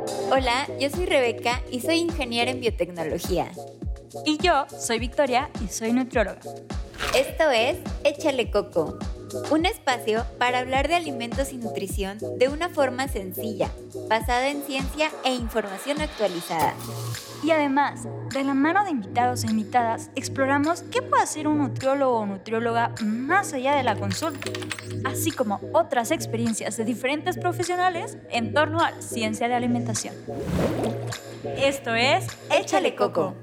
Hola, yo soy Rebeca y soy ingeniera en biotecnología. Y yo soy Victoria y soy nutrióloga. Esto es Échale Coco, un espacio para hablar de alimentos y nutrición de una forma sencilla, basada en ciencia e información actualizada. Y además, de la mano de invitados e invitadas, exploramos qué puede hacer un nutriólogo o nutrióloga más allá de la consulta, así como otras experiencias de diferentes profesionales en torno a la ciencia de alimentación. Esto es Échale Coco.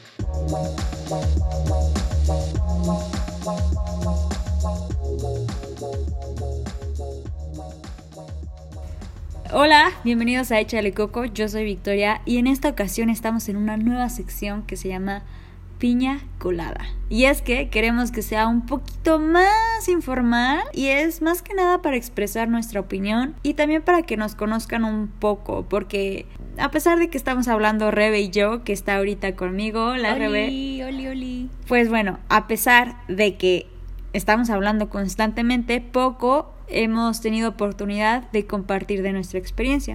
Hola, bienvenidos a Échale Coco, yo soy Victoria y en esta ocasión estamos en una nueva sección que se llama Piña Colada. Y es que queremos que sea un poquito más informal y es más que nada para expresar nuestra opinión y también para que nos conozcan un poco, porque a pesar de que estamos hablando Rebe y yo, que está ahorita conmigo, la Rebe. Oli. Pues bueno, a pesar de que estamos hablando constantemente, poco hemos tenido oportunidad de compartir de nuestra experiencia.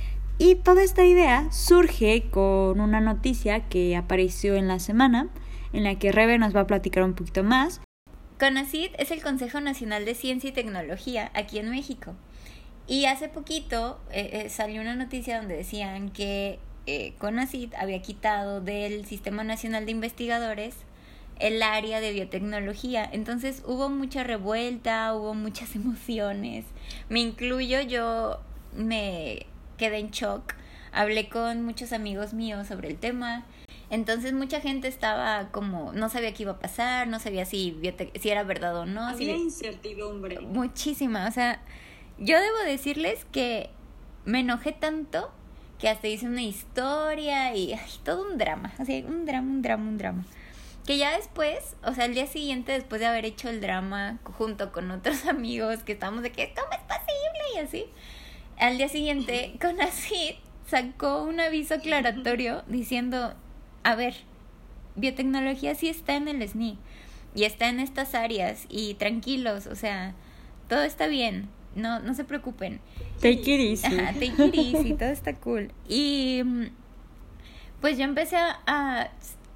Y toda esta idea surge con una noticia que apareció en la semana, en la que Rebe nos va a platicar un poquito más. CONACYT es el Consejo Nacional de Ciencia y Tecnología aquí en México. Y hace poquito salió una noticia donde decían que CONACYT había quitado del Sistema Nacional de Investigadores el área de biotecnología. Entonces hubo mucha revuelta, hubo muchas emociones. Me incluyo, yo me quedé en shock. Hablé con muchos amigos míos sobre el tema. Entonces mucha gente estaba como, no sabía qué iba a pasar, no sabía si era verdad o no. Había incertidumbre. Muchísima, o sea, yo debo decirles que me enojé tanto que hasta hice una historia y todo un drama, o sea, un drama. Que ya después, o sea, al día siguiente, después de haber hecho el drama junto con otros amigos que estábamos de que ¿cómo es posible? Y así, al día siguiente, CONACYT sacó un aviso aclaratorio diciendo, a ver, biotecnología sí está en el SNI y está en estas áreas y tranquilos, o sea, todo está bien, no se preocupen. Take it easy. Ajá, take it easy, todo está cool. Y pues yo empecé a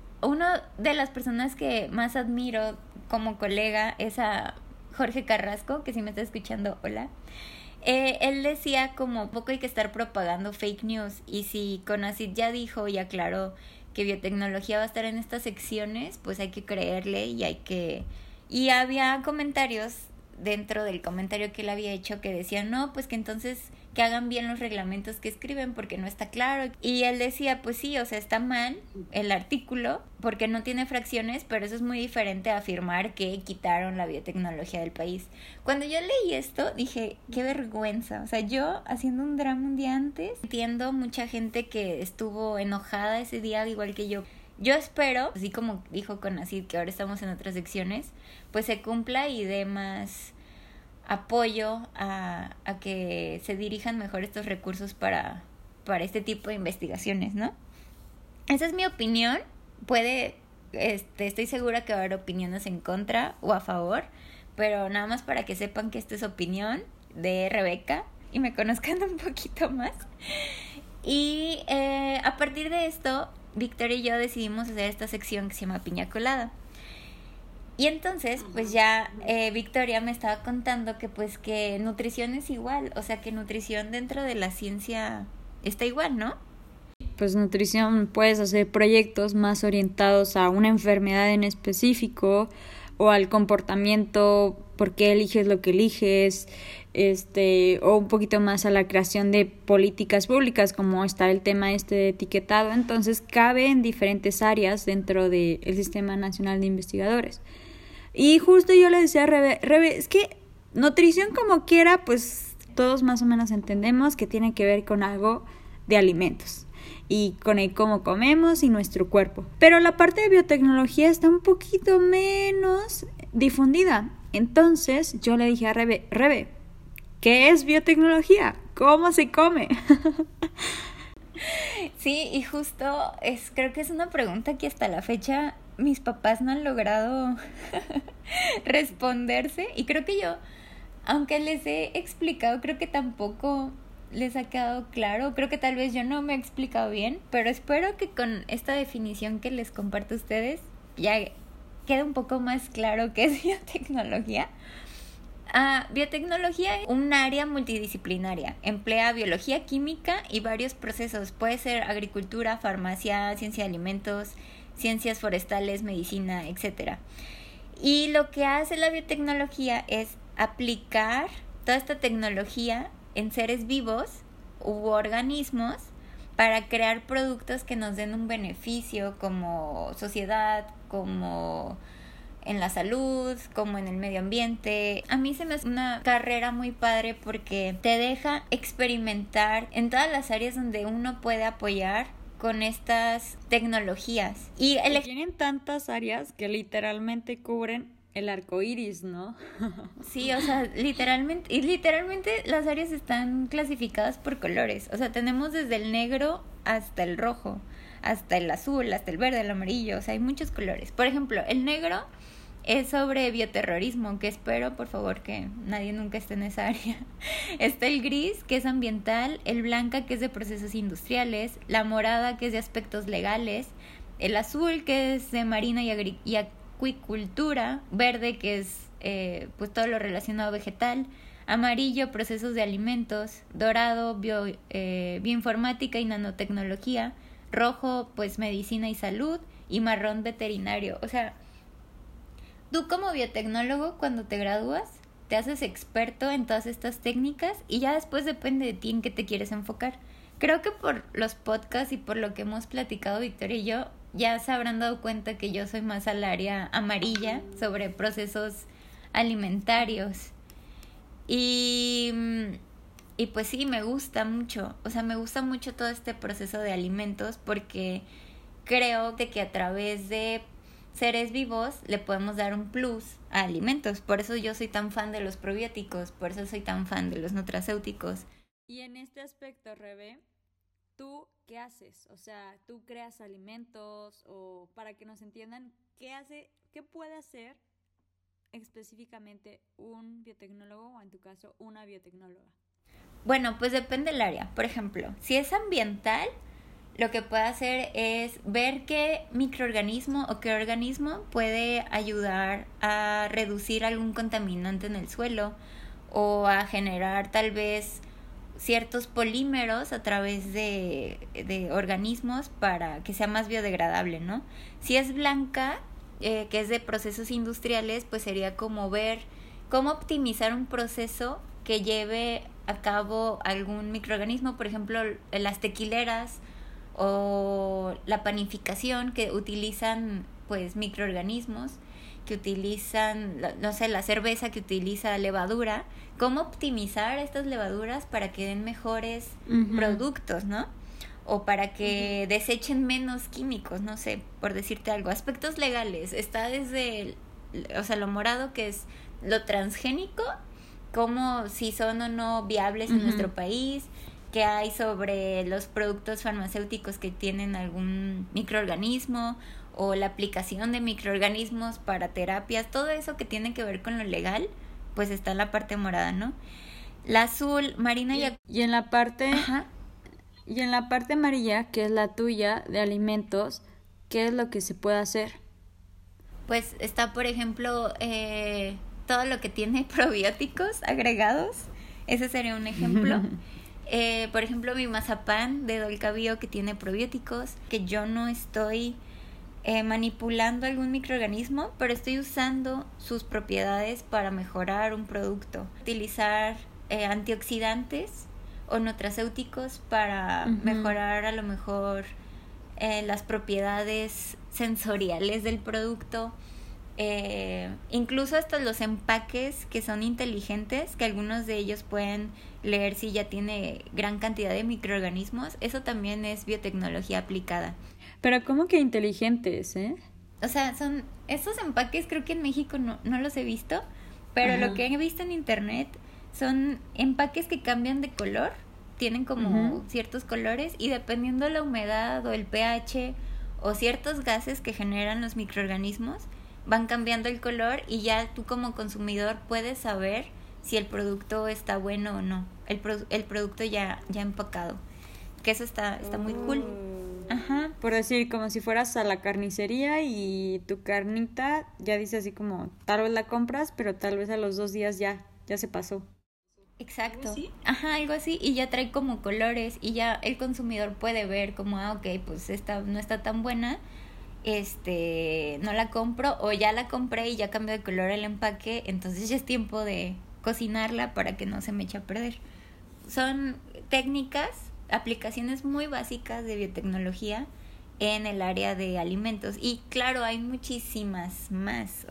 una de las personas que más admiro como colega es a Jorge Carrasco, que si me está escuchando, hola. Él decía como poco hay que estar propagando fake news, y si CONACYT ya dijo y aclaró que biotecnología va a estar en estas secciones, pues hay que creerle y había comentarios dentro del comentario que él había hecho que decían, no, pues que entonces que hagan bien los reglamentos que escriben porque no está claro. Y él decía, pues sí, o sea, está mal el artículo porque no tiene fracciones, pero eso es muy diferente a afirmar que quitaron la biotecnología del país. Cuando yo leí esto, dije, qué vergüenza. O sea, yo haciendo un drama un día antes, entiendo mucha gente que estuvo enojada ese día, igual que yo. Yo espero, así como dijo CONACYT, que ahora estamos en otras secciones, pues se cumpla y dé más apoyo a que se dirijan mejor estos recursos para este tipo de investigaciones, ¿no? Esa es mi opinión. Estoy segura que va a haber opiniones en contra o a favor, pero nada más para que sepan que esta es opinión de Rebeca y me conozcan un poquito más. Y a partir de esto, Victoria y yo decidimos hacer esta sección que se llama Piña Colada. Y entonces, pues ya Victoria me estaba contando que pues que nutrición es igual, o sea que nutrición dentro de la ciencia está igual, ¿no? Pues nutrición, puedes hacer proyectos más orientados a una enfermedad en específico o al comportamiento, por qué eliges lo que eliges, o un poquito más a la creación de políticas públicas, como está el tema de etiquetado. Entonces cabe en diferentes áreas dentro del Sistema Nacional de Investigadores. Y justo yo le decía a Rebe, es que nutrición como quiera, pues todos más o menos entendemos que tiene que ver con algo de alimentos y con el cómo comemos y nuestro cuerpo. Pero la parte de biotecnología está un poquito menos difundida. Entonces yo le dije a Rebe, ¿qué es biotecnología? ¿Cómo se come? Sí, y justo creo que es una pregunta que hasta la fecha mis papás no han logrado responderse, y creo que yo, aunque les he explicado, creo que tampoco les ha quedado claro. Creo que tal vez yo no me he explicado bien, pero espero que con esta definición que les comparto a ustedes ya quede un poco más claro qué es biotecnología. Biotecnología es un área multidisciplinaria. Emplea biología, química y varios procesos. Puede ser agricultura, farmacia, ciencia de alimentos, ciencias forestales, medicina, etc. Y lo que hace la biotecnología es aplicar toda esta tecnología en seres vivos u organismos para crear productos que nos den un beneficio como sociedad, como en la salud, como en el medio ambiente. A mí se me hace una carrera muy padre porque te deja experimentar en todas las áreas donde uno puede apoyar con estas tecnologías. Y tienen tantas áreas que literalmente cubren el arco iris, ¿no? Sí, o sea, literalmente las áreas están clasificadas por colores. O sea, tenemos desde el negro hasta el rojo, hasta el azul, hasta el verde, el amarillo. O sea, hay muchos colores. Por ejemplo, el negro es sobre bioterrorismo, que espero, por favor, que nadie nunca esté en esa área. Está el gris, que es ambiental, el blanca, que es de procesos industriales, la morada, que es de aspectos legales, el azul, que es de marina y acuicultura, verde, que es pues todo lo relacionado a vegetal, amarillo, procesos de alimentos, dorado, bioinformática y nanotecnología, rojo, pues medicina y salud, y marrón, veterinario. O sea, tú como biotecnólogo, cuando te gradúas, te haces experto en todas estas técnicas y ya después depende de ti en qué te quieres enfocar. Creo que por los podcasts y por lo que hemos platicado Victoria y yo, ya se habrán dado cuenta que yo soy más al área amarilla sobre procesos alimentarios. Y pues sí, me gusta mucho. O sea, me gusta mucho todo este proceso de alimentos porque creo que a través de seres vivos le podemos dar un plus a alimentos. Por eso yo soy tan fan de los probióticos, por eso soy tan fan de los nutracéuticos. Y en este aspecto, Rebe, ¿tú qué haces? O sea, ¿tú creas alimentos? O para que nos entiendan, ¿qué puede hacer específicamente un biotecnólogo o en tu caso una biotecnóloga? Bueno, pues depende del área. Por ejemplo, si es ambiental, lo que puede hacer es ver qué microorganismo o qué organismo puede ayudar a reducir algún contaminante en el suelo o a generar tal vez ciertos polímeros a través de organismos para que sea más biodegradable, ¿no? Si es blanca, que es de procesos industriales, pues sería como ver cómo optimizar un proceso que lleve a cabo algún microorganismo, por ejemplo, las tequileras o la panificación, que utilizan pues microorganismos, que utilizan, no sé, la cerveza que utiliza levadura, cómo optimizar estas levaduras para que den mejores productos, ¿no? O para que desechen menos químicos, no sé, por decirte algo. Aspectos legales, está desde lo morado, que es lo transgénico, como si son o no viables en nuestro país, que hay sobre los productos farmacéuticos que tienen algún microorganismo o la aplicación de microorganismos para terapias, todo eso que tiene que ver con lo legal, pues está en la parte morada, ¿no? La azul, marina y en la parte Ajá. Y en la parte amarilla, que es la tuya de alimentos, ¿qué es lo que se puede hacer? Pues está, por ejemplo, todo lo que tiene probióticos agregados. Ese sería un ejemplo. Por ejemplo, mi mazapán de Dolca Bio, que tiene probióticos, que yo no estoy manipulando algún microorganismo, pero estoy usando sus propiedades para mejorar un producto. Utilizar antioxidantes o nutracéuticos para mejorar a lo mejor las propiedades sensoriales del producto. Incluso hasta los empaques que son inteligentes, que algunos de ellos pueden leer si ya tiene gran cantidad de microorganismos. Eso también es biotecnología aplicada. Pero ¿cómo que inteligentes, O sea, son estos empaques, creo que en México no los he visto, pero lo que he visto en internet son empaques que cambian de color, tienen como ciertos colores, y dependiendo de la humedad o el pH o ciertos gases que generan los microorganismos, van cambiando el color, y ya tú como consumidor puedes saber si el producto está bueno o no. el producto ya empacado. Que eso está muy cool. Ajá. Por decir, como si fueras a la carnicería y tu carnita ya dice así como, tal vez la compras, pero tal vez a los 2 días ya se pasó. Exacto. ¿Algo así? Ajá, algo así. Y ya trae como colores y ya el consumidor puede ver como, ok, pues esta no está tan buena, no la compro, o ya la compré y ya cambió de color el empaque, entonces ya es tiempo de cocinarla para que no se me eche a perder. Son técnicas, aplicaciones muy básicas de biotecnología en el área de alimentos. Y claro, hay muchísimas más.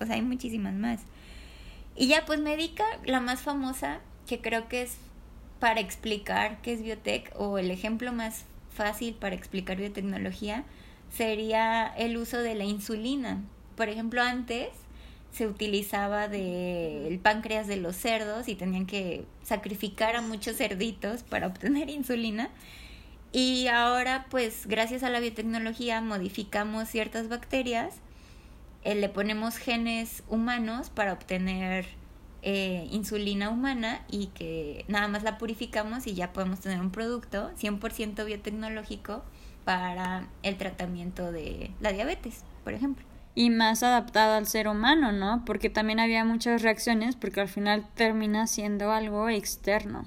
Y ya pues Médica, la más famosa, que creo que es para explicar qué es biotech, o el ejemplo más fácil para explicar biotecnología, sería el uso de la insulina. Por ejemplo, antes se utilizaba del páncreas de los cerdos y tenían que sacrificar a muchos cerditos para obtener insulina. Y ahora, pues, gracias a la biotecnología, modificamos ciertas bacterias, le ponemos genes humanos para obtener insulina humana, y que nada más la purificamos y ya podemos tener un producto 100% biotecnológico para el tratamiento de la diabetes, por ejemplo. Y más adaptado al ser humano, ¿no? Porque también había muchas reacciones, porque al final termina siendo algo externo.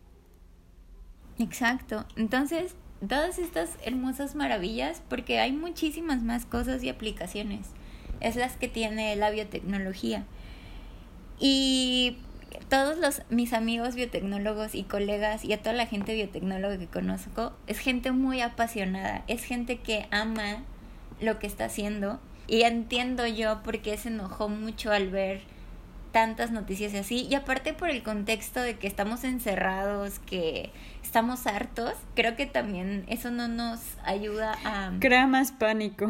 Exacto. Entonces, todas estas hermosas maravillas, porque hay muchísimas más cosas y aplicaciones, es las que tiene la biotecnología. Y todos mis amigos biotecnólogos y colegas, y a toda la gente biotecnóloga que conozco, es gente muy apasionada, es gente que ama lo que está haciendo. Y entiendo yo por qué se enojó mucho al ver tantas noticias así, y aparte por el contexto de que estamos encerrados, que estamos hartos, creo que también eso no nos ayuda a... Crea más pánico.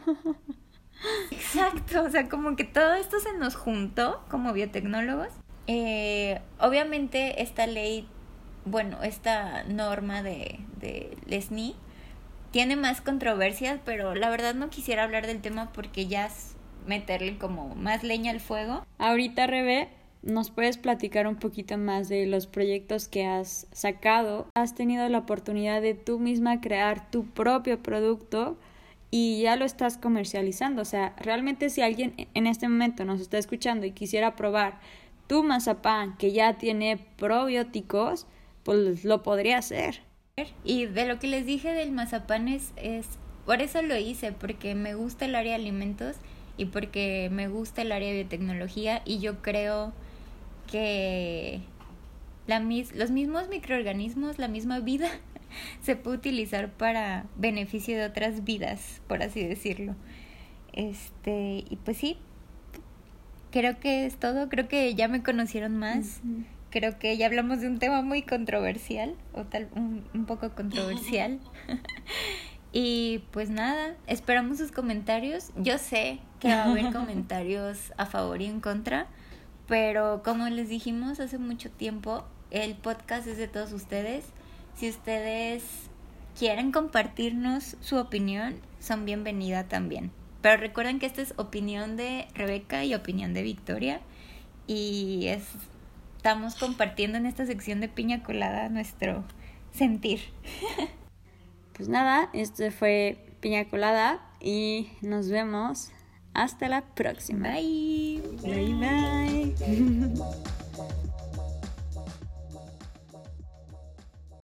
Exacto, o sea, como que todo esto se nos juntó como biotecnólogos. Obviamente esta ley, bueno, esta norma de SNI tiene más controversias, pero la verdad no quisiera hablar del tema porque ya es meterle como más leña al fuego. Ahorita, Rebe, ¿nos puedes platicar un poquito más de los proyectos que has sacado? ¿Has tenido la oportunidad de tú misma crear tu propio producto y ya lo estás comercializando? O sea, realmente si alguien en este momento nos está escuchando y quisiera probar tu mazapán que ya tiene probióticos, pues lo podría hacer. Y de lo que les dije del mazapán es por eso lo hice, porque me gusta el área de alimentos y porque me gusta el área de biotecnología, y yo creo que los mismos microorganismos, la misma vida, se puede utilizar para beneficio de otras vidas, por así decirlo. Y pues sí, creo que es todo. Creo que ya me conocieron más. Uh-huh. Creo que ya hablamos de un tema muy controversial, o tal un poco controversial. Y pues nada, esperamos sus comentarios. Yo sé que va a haber comentarios a favor y en contra, pero como les dijimos hace mucho tiempo, el podcast es de todos ustedes. Si ustedes quieren compartirnos su opinión, son bienvenida también. Pero recuerden que esta es opinión de Rebeca y opinión de Victoria, y estamos compartiendo en esta sección de Piña Colada nuestro sentir. Pues nada, este fue Piña Colada y nos vemos hasta la próxima. Bye. Bye, bye.